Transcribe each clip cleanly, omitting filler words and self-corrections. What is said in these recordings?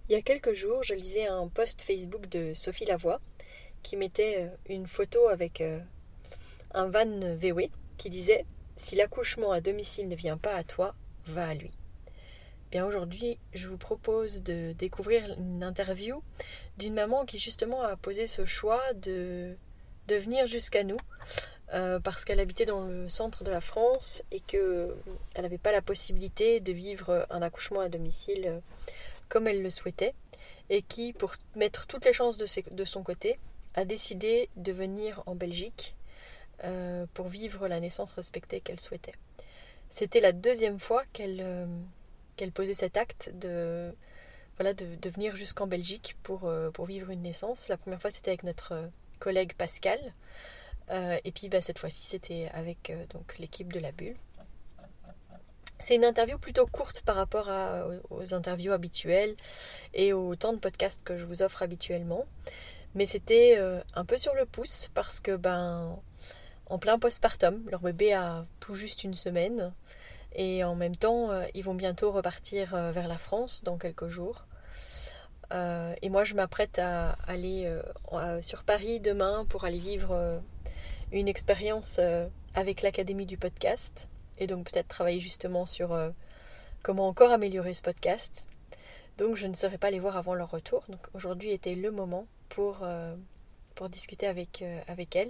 Il y a quelques jours, je lisais un post Facebook de Sophie Lavoie qui mettait une photo avec un van VW qui disait « Si l'accouchement à domicile ne vient pas à toi, va à lui ». Bien aujourd'hui, je vous propose de découvrir une interview d'une maman qui justement a posé ce choix de venir jusqu'à nous parce qu'elle habitait dans le centre de la France et qu'elle n'avait pas la possibilité de vivre un accouchement à domicile comme elle le souhaitait, et qui, pour mettre toutes les chances de son côté, a décidé de venir en Belgique pour vivre la naissance respectée qu'elle souhaitait. C'était la deuxième fois qu'elle posait cet acte de venir jusqu'en Belgique pour vivre une naissance. La première fois, c'était avec notre collègue Pascal, et puis cette fois-ci, c'était avec donc l'équipe de la Bulle. C'est une interview plutôt courte par rapport aux interviews habituelles et au temps de podcast que je vous offre habituellement. Mais c'était un peu sur le pouce parce que en plein postpartum, leur bébé a tout juste une semaine et en même temps, ils vont bientôt repartir vers la France dans quelques jours. Et moi, je m'apprête à aller sur Paris demain pour aller vivre une expérience avec l'Académie du podcast. Et donc peut-être travailler justement sur comment encore améliorer ce podcast. Donc je ne serai pas les voir avant leur retour. Donc aujourd'hui était le moment pour discuter avec elle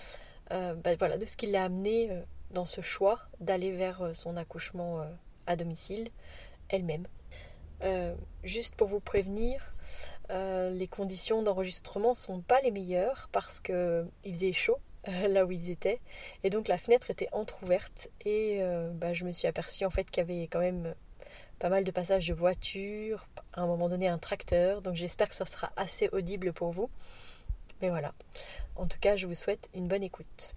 de ce qui l'a amené dans ce choix d'aller vers son accouchement à domicile elle-même. Juste pour vous prévenir, les conditions d'enregistrement ne sont pas les meilleures parce qu'il faisait chaud là où ils étaient, et donc la fenêtre était entrouverte et je me suis aperçue en fait qu'il y avait quand même pas mal de passages de voitures, à un moment donné un tracteur, donc j'espère que ça sera assez audible pour vous. Mais voilà, en tout cas je vous souhaite une bonne écoute.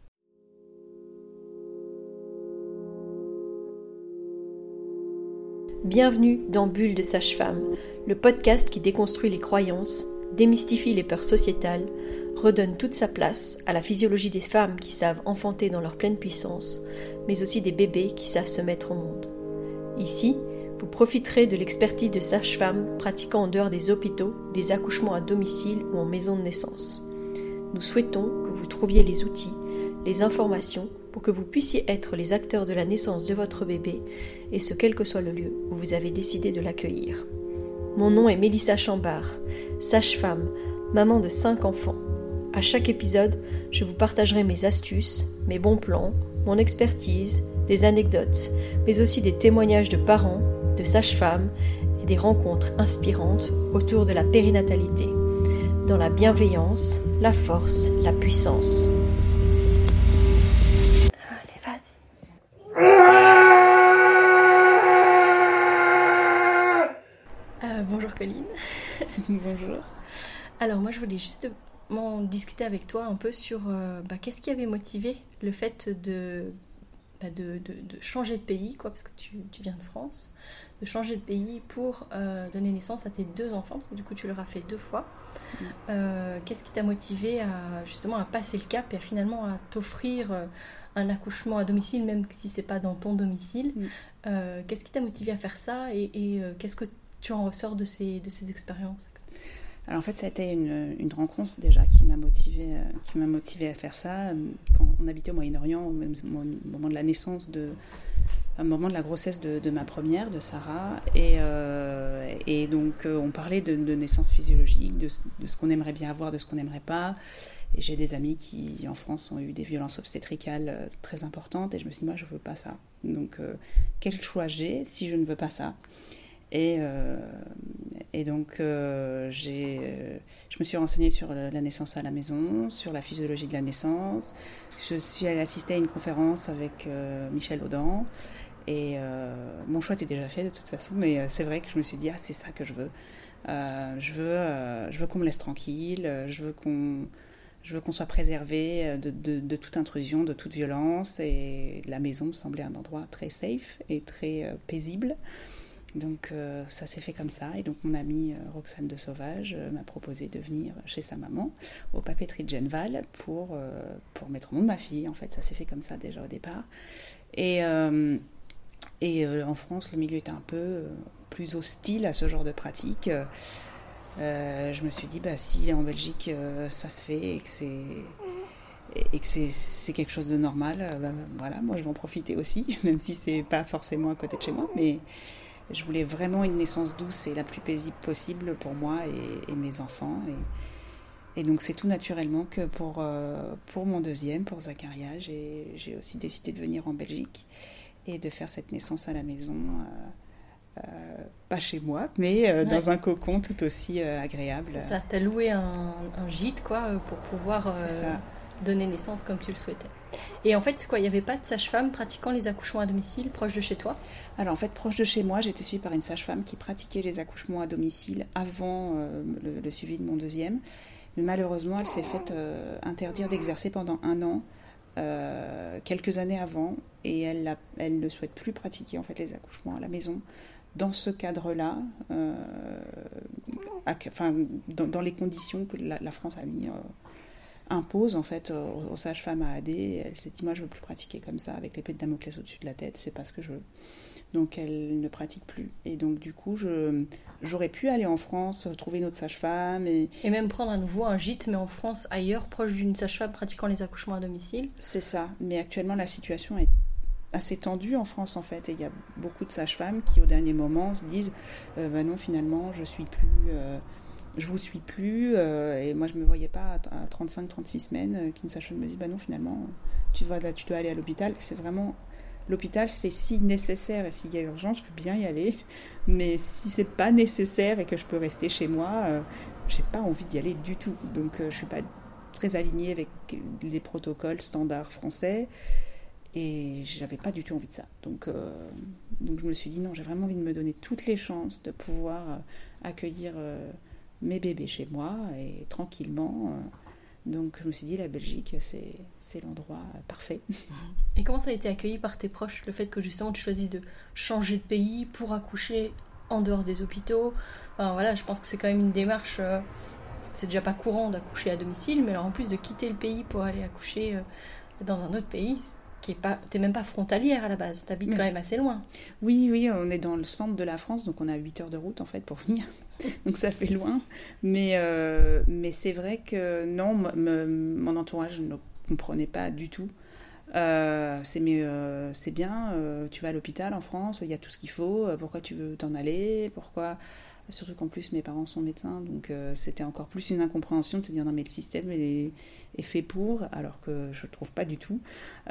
Bienvenue dans Bulle de Sage-Femme, le podcast qui déconstruit les croyances, démystifie les peurs sociétales, redonne toute sa place à la physiologie des femmes qui savent enfanter dans leur pleine puissance, mais aussi des bébés qui savent se mettre au monde. Ici, vous profiterez de l'expertise de sages-femmes pratiquant en dehors des hôpitaux, des accouchements à domicile ou en maison de naissance. Nous souhaitons que vous trouviez les outils, les informations pour que vous puissiez être les acteurs de la naissance de votre bébé, et ce quel que soit le lieu où vous avez décidé de l'accueillir. Mon nom est Mélissa Chambard, sage-femme, maman de 5 enfants. À chaque épisode, je vous partagerai mes astuces, mes bons plans, mon expertise, des anecdotes, mais aussi des témoignages de parents, de sages-femmes et des rencontres inspirantes autour de la périnatalité, dans la bienveillance, la force, la puissance. Allez, vas-y. Bonjour Colline. Bonjour. Alors moi je voulais justement discuter avec toi un peu sur qu'est-ce qui avait motivé le fait de changer de pays, parce que tu viens de France, de changer de pays pour donner naissance à tes 2 enfants, parce que du coup tu leur as fait 2 fois. Qu'est-ce qui t'a motivé à passer le cap et finalement à t'offrir un accouchement à domicile, même si c'est pas dans ton domicile. Qu'est-ce qui t'a motivé à faire ça et qu'est-ce que tu en ressors de ces expériences? Alors en fait, ça a été une rencontre déjà qui m'a motivée à faire ça. Quand on habitait au Moyen-Orient, au moment de la naissance, au moment de la grossesse de ma première, de Sarah, et donc on parlait de naissance physiologique, de ce qu'on aimerait bien avoir, de ce qu'on n'aimerait pas. Et j'ai des amis qui, en France, ont eu des violences obstétricales très importantes, et je me suis dit, moi, je veux pas ça. Donc, quel choix j'ai si je ne veux pas ça ? Et donc, je me suis renseignée sur la naissance à la maison, sur la physiologie de la naissance. Je suis allée assister à une conférence avec Michel Audin. Et mon choix était déjà fait de toute façon, mais c'est vrai que je me suis dit, c'est ça que je veux. Je veux qu'on me laisse tranquille, je veux qu'on soit préservé de toute intrusion, de toute violence. Et la maison me semblait un endroit très safe et très paisible. Donc ça s'est fait comme ça, et donc mon amie Roxane de Sauvage m'a proposé de venir chez sa maman aux papeteries de Genval pour mettre au monde ma fille. En fait, ça s'est fait comme ça déjà au départ. Et Et en France, le milieu était un peu plus hostile à ce genre de pratique. Je me suis dit, si en Belgique ça se fait et que c'est quelque chose de normal, voilà, moi je vais en profiter aussi, même si c'est pas forcément à côté de chez moi, mais je voulais vraiment une naissance douce et la plus paisible possible pour moi et mes enfants. Et donc c'est tout naturellement que pour mon deuxième, pour Zacharia, j'ai aussi décidé de venir en Belgique et de faire cette naissance à la maison, pas chez moi, mais dans un cocon tout aussi agréable. C'est ça, t'as loué un gîte quoi, pour pouvoir donner naissance comme tu le souhaitais. Et en fait, il n'y avait pas de sage-femme pratiquant les accouchements à domicile proche de chez toi ? Alors en fait, proche de chez moi, j'étais suivie par une sage-femme qui pratiquait les accouchements à domicile avant le suivi de mon deuxième. Mais malheureusement, elle s'est faite interdire d'exercer pendant 1 an, quelques années avant, et elle ne souhaite plus pratiquer en fait les accouchements à la maison dans ce cadre-là, dans les conditions que la France a mis. Impose en fait aux sages-femmes à AD. Elle s'est dit, moi je veux plus pratiquer comme ça avec l'épée de Damoclès au-dessus de la tête, c'est pas ce que je veux. Donc elle ne pratique plus. Et donc du coup j'aurais pu aller en France, trouver une autre sage-femme et même prendre à nouveau un gîte, mais en France ailleurs, proche d'une sage-femme pratiquant les accouchements à domicile. C'est ça, mais actuellement la situation est assez tendue en France en fait, et il y a beaucoup de sages-femmes qui au dernier moment se disent non, finalement je vous suis plus, et moi je me voyais pas à 35-36 semaines qu'une sage-femme me dise non, finalement tu dois aller à l'hôpital. C'est vraiment l'hôpital, c'est si nécessaire et s'il y a urgence, je peux bien y aller, mais si c'est pas nécessaire et que je peux rester chez moi, j'ai pas envie d'y aller du tout. Donc je suis pas très alignée avec les protocoles standards français et j'avais pas du tout envie de ça. Donc je me suis dit non, j'ai vraiment envie de me donner toutes les chances de pouvoir accueillir mes bébés chez moi et tranquillement. Donc je me suis dit la Belgique c'est l'endroit parfait. Et comment ça a été accueilli par tes proches, le fait que justement tu choisisses de changer de pays pour accoucher en dehors des hôpitaux? Enfin voilà, je pense que c'est quand même une démarche, c'est déjà pas courant d'accoucher à domicile, mais alors en plus de quitter le pays pour aller accoucher dans un autre pays, t'es même pas frontalière à la base, t'habites quand même assez loin. Oui, on est dans le centre de la France, donc on a 8 heures de route en fait pour venir, donc ça fait loin, mais c'est vrai que non, mon entourage ne comprenait pas du tout. C'est bien, tu vas à l'hôpital en France, il y a tout ce qu'il faut, pourquoi tu veux t'en aller, pourquoi... Surtout qu'en plus mes parents sont médecins, donc c'était encore plus une incompréhension de se dire non mais le système est fait pour, alors que je ne trouve pas du tout.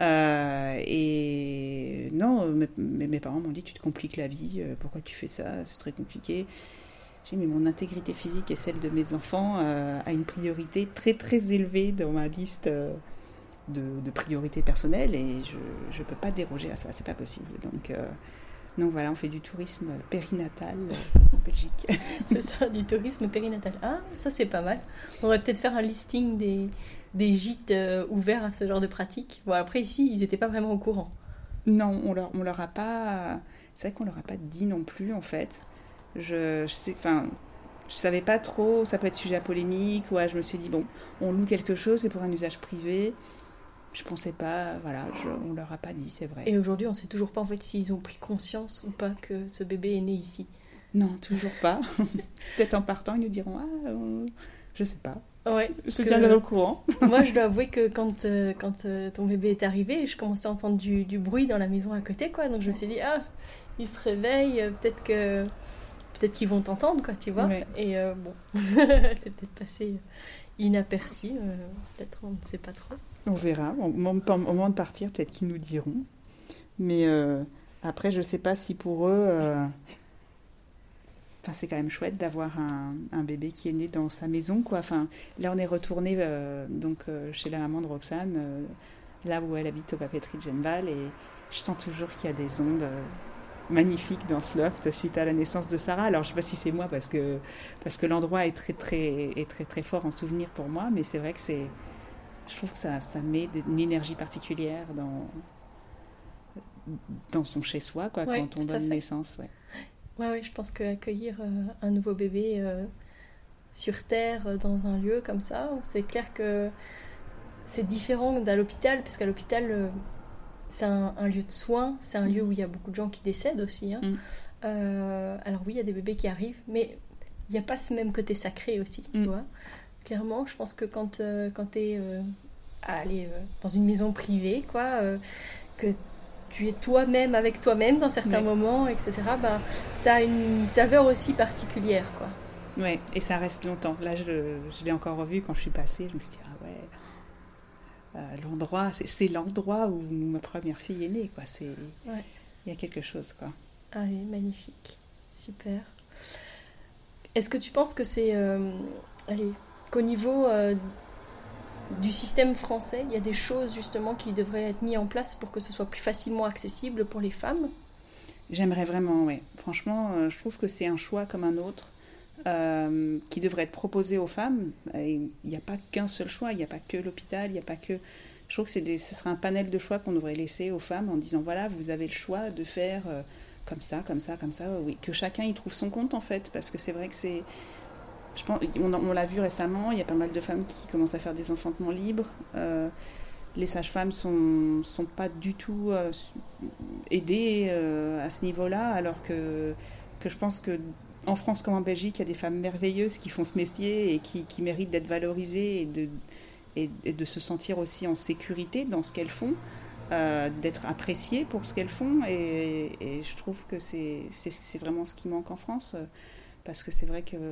Et non, mes parents m'ont dit tu te compliques la vie, pourquoi tu fais ça, c'est très compliqué. J'ai dit mais mon intégrité physique et celle de mes enfants a une priorité très très élevée dans ma liste de priorités personnelles et je ne peux pas déroger à ça, c'est pas possible. Donc voilà, on fait du tourisme périnatal en Belgique. C'est ça, du tourisme périnatal. Ah, ça c'est pas mal. On va peut-être faire un listing des gîtes ouverts à ce genre de pratique. Bon, après ici, ils n'étaient pas vraiment au courant. Non, on leur a pas... C'est vrai qu'on leur a pas dit non plus, en fait. Je savais pas trop, ça peut être sujet à polémique. Ouais, je me suis dit, bon, on loue quelque chose, c'est pour un usage privé. Je pensais pas, voilà, on leur a pas dit, c'est vrai. Et aujourd'hui, on sait toujours pas en fait s'ils ont pris conscience ou pas que ce bébé est né ici. Non, toujours pas. Peut-être en partant, ils nous diront, je sais pas. Ouais. Je te tiendrai au courant. Moi, je dois avouer que quand ton bébé est arrivé, je commençais à entendre du bruit dans la maison à côté, quoi. Donc je me suis dit, ils se réveillent, peut-être qu'ils vont t'entendre, quoi, tu vois. Ouais. Et bon, c'est peut-être passé inaperçu. Peut-être, on ne sait pas trop. On verra. Au moment de partir, peut-être qu'ils nous diront. Mais après, je ne sais pas si pour eux... c'est quand même chouette d'avoir un bébé qui est né dans sa maison, quoi. Enfin, là, on est retourné chez la maman de Roxane, là où elle habite au papeterie de Genval, et je sens toujours qu'il y a des ondes magnifiques dans ce loft suite à la naissance de Sarah. Alors, je ne sais pas si c'est moi, parce que l'endroit est très, très, très, très fort en souvenir pour moi, mais c'est vrai que je trouve que ça met une énergie particulière dans son chez-soi, quoi, ouais, quand on donne naissance. Ouais. Ouais, je pense qu'accueillir un nouveau bébé sur Terre, dans un lieu comme ça, c'est clair que c'est différent d'à l'hôpital, parce qu'à l'hôpital, c'est un lieu de soins, c'est un lieu où il y a beaucoup de gens qui décèdent aussi. Hein. Alors oui, il y a des bébés qui arrivent, mais il n'y a pas ce même côté sacré aussi, tu vois. Clairement, je pense que quand tu es dans une maison privée, quoi, que tu es toi-même avec toi-même dans certains moments, etc., ben, ça a une saveur aussi particulière, quoi. Ouais, et ça reste longtemps. Là, je l'ai encore revu quand je suis passée. Je me suis dit, ah ouais, l'endroit, c'est l'endroit où ma première fille est née, quoi. Il y a quelque chose, quoi. Ah oui, magnifique. Super. Est-ce que tu penses que c'est... qu'au niveau du système français, il y a des choses, justement, qui devraient être mises en place pour que ce soit plus facilement accessible pour les femmes ? J'aimerais vraiment, ouais. Franchement, je trouve que c'est un choix comme un autre. Qui devrait être proposé aux femmes. Il n'y a pas qu'un seul choix, il n'y a pas que l'hôpital, il n'y a pas que... Je trouve que ce serait un panel de choix qu'on devrait laisser aux femmes en disant, voilà, vous avez le choix de faire comme ça, oui. Que chacun y trouve son compte, en fait, parce que c'est vrai que c'est... Je pense, on l'a vu récemment, il y a pas mal de femmes qui commencent à faire des enfantements libres. Les sages-femmes sont pas du tout aidées à ce niveau-là, alors que je pense que en France comme en Belgique, il y a des femmes merveilleuses qui font ce métier et qui méritent d'être valorisées et de se sentir aussi en sécurité dans ce qu'elles font, d'être appréciées pour ce qu'elles font. Et je trouve que c'est vraiment ce qui manque en France, parce que c'est vrai que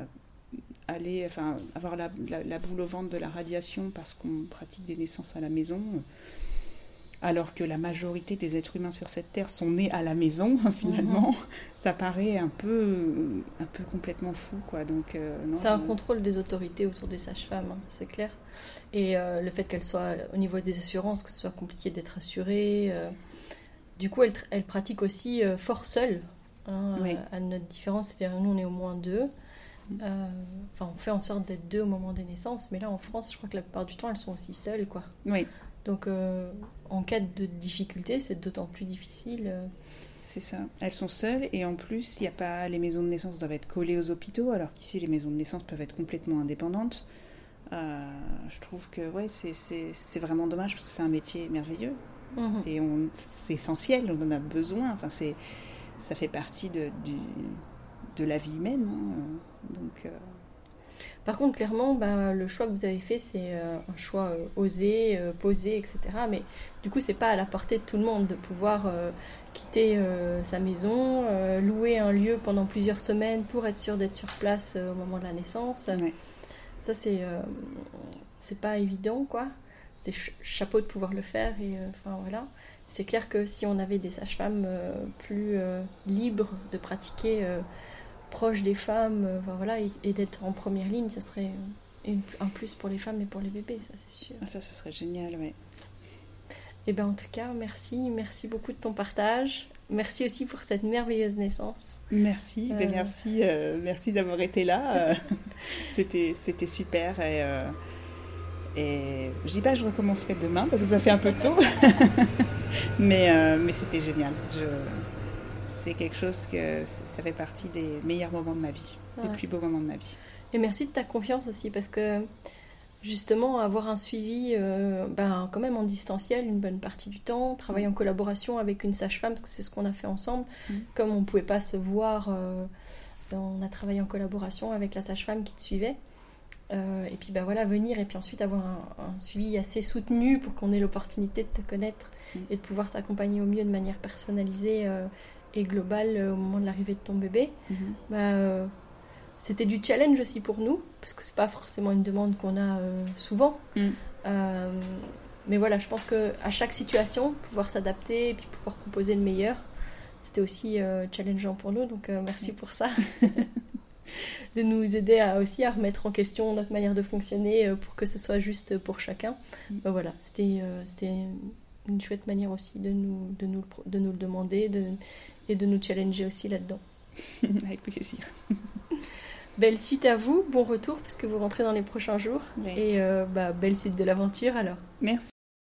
avoir la boule au ventre de la radiation parce qu'on pratique des naissances à la maison, alors que la majorité des êtres humains sur cette terre sont nés à la maison, finalement, ça paraît un peu complètement fou, quoi. Donc, c'est un contrôle des autorités autour des sages-femmes, hein, c'est clair. Et le fait qu'elles soient, au niveau des assurances, que ce soit compliqué d'être assurées. Du coup, elles pratiquent aussi fort seules, hein, à notre différence. C'est-à-dire, nous, on est au moins 2. On fait en sorte d'être 2 au moment des naissances, mais là, en France, je crois que la plupart du temps, elles sont aussi seules, quoi. Oui. Donc, en cas de difficulté, c'est d'autant plus difficile. C'est ça. Elles sont seules et en plus, il y a pas... les maisons de naissance doivent être collées aux hôpitaux, alors qu'ici, les maisons de naissance peuvent être complètement indépendantes. Je trouve que c'est vraiment dommage parce que c'est un métier merveilleux et c'est essentiel, on en a besoin. Enfin, ça fait partie de la vie humaine. Hein. Donc... Par contre, clairement, le choix que vous avez fait, c'est un choix osé, posé, etc. Mais du coup, c'est pas à la portée de tout le monde de pouvoir quitter sa maison, louer un lieu pendant plusieurs semaines pour être sûr d'être sur place au moment de la naissance. Ouais. Ça, c'est pas évident, quoi. C'est chapeau de pouvoir le faire. Et voilà. C'est clair que si on avait des sages-femmes plus libres de pratiquer... proche des femmes, et d'être en première ligne, ça serait un plus pour les femmes et pour les bébés, ça c'est sûr. Ça, ce serait génial, oui. Et en tout cas, merci beaucoup de ton partage. Merci aussi pour cette merveilleuse naissance. Merci, merci d'avoir été là. C'était super et je dis pas que je recommencerai demain parce que ça fait un peu tôt, mais c'était génial. C'est quelque chose que ça fait partie des meilleurs moments de ma vie, des plus beaux moments de ma vie. Et merci de ta confiance aussi, parce que justement, avoir un suivi quand même en distanciel une bonne partie du temps, travailler en collaboration avec une sage-femme, parce que c'est ce qu'on a fait ensemble. Comme on ne pouvait pas se voir, on a travaillé en collaboration avec la sage-femme qui te suivait. Et puis venir et puis ensuite avoir un suivi assez soutenu pour qu'on ait l'opportunité de te connaître et de pouvoir t'accompagner au mieux de manière personnalisée et globale au moment de l'arrivée de ton bébé. C'était du challenge aussi pour nous, parce que c'est pas forcément une demande qu'on a souvent. Mais voilà, je pense qu'à chaque situation, pouvoir s'adapter et puis pouvoir proposer le meilleur, c'était aussi challengeant pour nous, donc merci pour ça. De nous aider aussi à remettre en question notre manière de fonctionner pour que ce soit juste pour chacun. Voilà, c'était une chouette manière aussi de nous le demander et de nous challenger aussi là-dedans. Avec plaisir. Belle suite à vous, bon retour puisque vous rentrez dans les prochains jours. Oui. Et belle suite de l'aventure alors. Merci.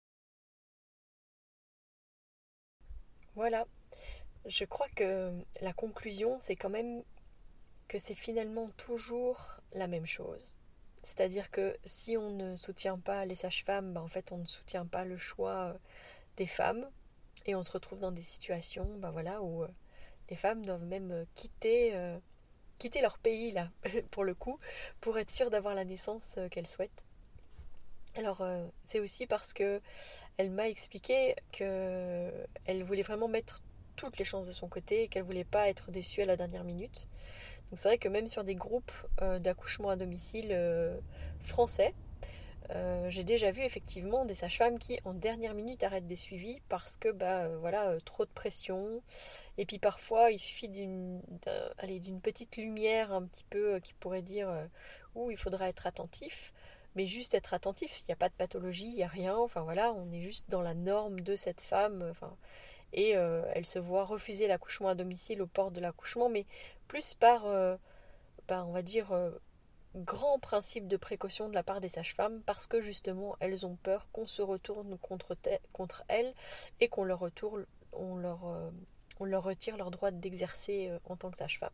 Voilà, je crois que la conclusion c'est quand même que c'est finalement toujours la même chose. C'est-à-dire que si on ne soutient pas les sages-femmes, en fait on ne soutient pas le choix des femmes Et on se retrouve dans des situations où les femmes doivent même quitter leur pays, là, pour le coup, pour être sûres d'avoir la naissance qu'elles souhaitent. Alors, c'est aussi parce que elle m'a expliqué qu'elle voulait vraiment mettre toutes les chances de son côté et qu'elle voulait pas être déçue à la dernière minute. Donc c'est vrai que même sur des groupes d'accouchement à domicile français, j'ai déjà vu effectivement des sages-femmes qui en dernière minute arrêtent des suivis parce que trop de pression, et puis parfois il suffit d'une petite lumière un petit peu qui pourrait dire où il faudra être attentif, mais juste être attentif, il n'y a pas de pathologie, il n'y a rien, on est juste dans la norme de cette femme, et elle se voit refuser l'accouchement à domicile au port de l'accouchement, mais plus par grand principe de précaution de la part des sages-femmes, parce que justement elles ont peur qu'on se retourne contre elles et qu'on leur retire leur droit d'exercer en tant que sage-femme.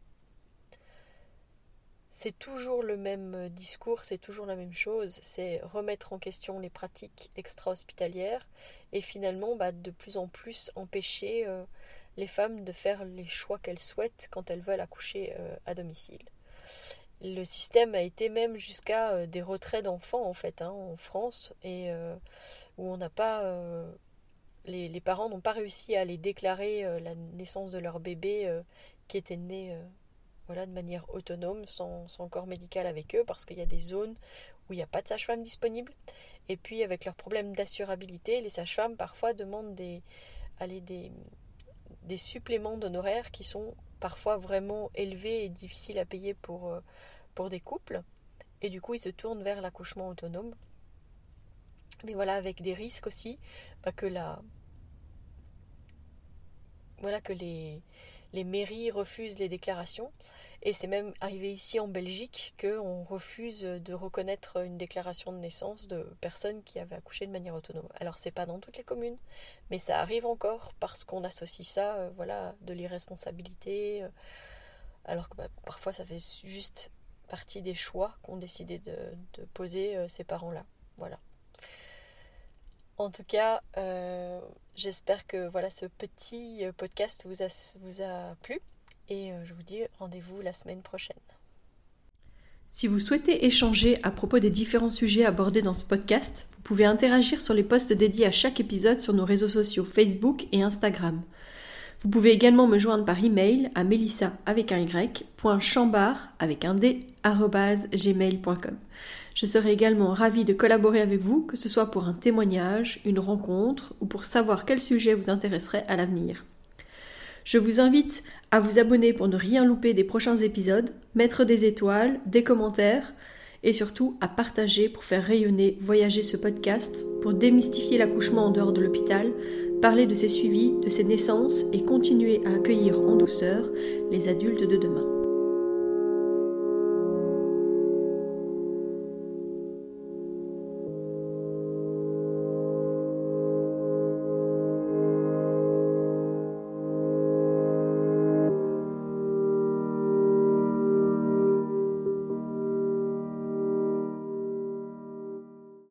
C'est toujours le même discours, c'est toujours la même chose, c'est remettre en question les pratiques extra-hospitalières et finalement de plus en plus empêcher les femmes de faire les choix qu'elles souhaitent quand elles veulent accoucher à domicile. Le système a été même jusqu'à des retraits d'enfants en France, et où on n'a pas les parents n'ont pas réussi à aller déclarer la naissance de leur bébé qui était né de manière autonome, sans corps médical avec eux, parce qu'il y a des zones où il n'y a pas de sage-femme disponible. Et puis avec leurs problèmes d'assurabilité, les sages-femmes parfois demandent des suppléments d'honoraires qui sont parfois vraiment élevés et difficiles à payer pour des couples, et du coup ils se tournent vers l'accouchement autonome, mais avec des risques aussi que les mairies refusent les déclarations, et c'est même arrivé ici en Belgique qu'on refuse de reconnaître une déclaration de naissance de personnes qui avaient accouché de manière autonome. Alors c'est pas dans toutes les communes, mais ça arrive encore parce qu'on associe ça de l'irresponsabilité, alors que parfois ça fait juste partie des choix qu'ont décidé de poser ces parents-là. Voilà. En tout cas, j'espère que ce petit podcast vous a plu, et je vous dis rendez-vous la semaine prochaine. Si vous souhaitez échanger à propos des différents sujets abordés dans ce podcast, vous pouvez interagir sur les posts dédiés à chaque épisode sur nos réseaux sociaux Facebook et Instagram. Vous pouvez également me joindre par email à melissa.chambard@gmail.com. Je serai également ravie de collaborer avec vous, que ce soit pour un témoignage, une rencontre ou pour savoir quel sujet vous intéresserait à l'avenir. Je vous invite à vous abonner pour ne rien louper des prochains épisodes, mettre des étoiles, des commentaires et surtout à partager pour faire rayonner, voyager ce podcast, pour démystifier l'accouchement en dehors de l'hôpital, parler de ses suivis, de ses naissances et continuer à accueillir en douceur les adultes de demain.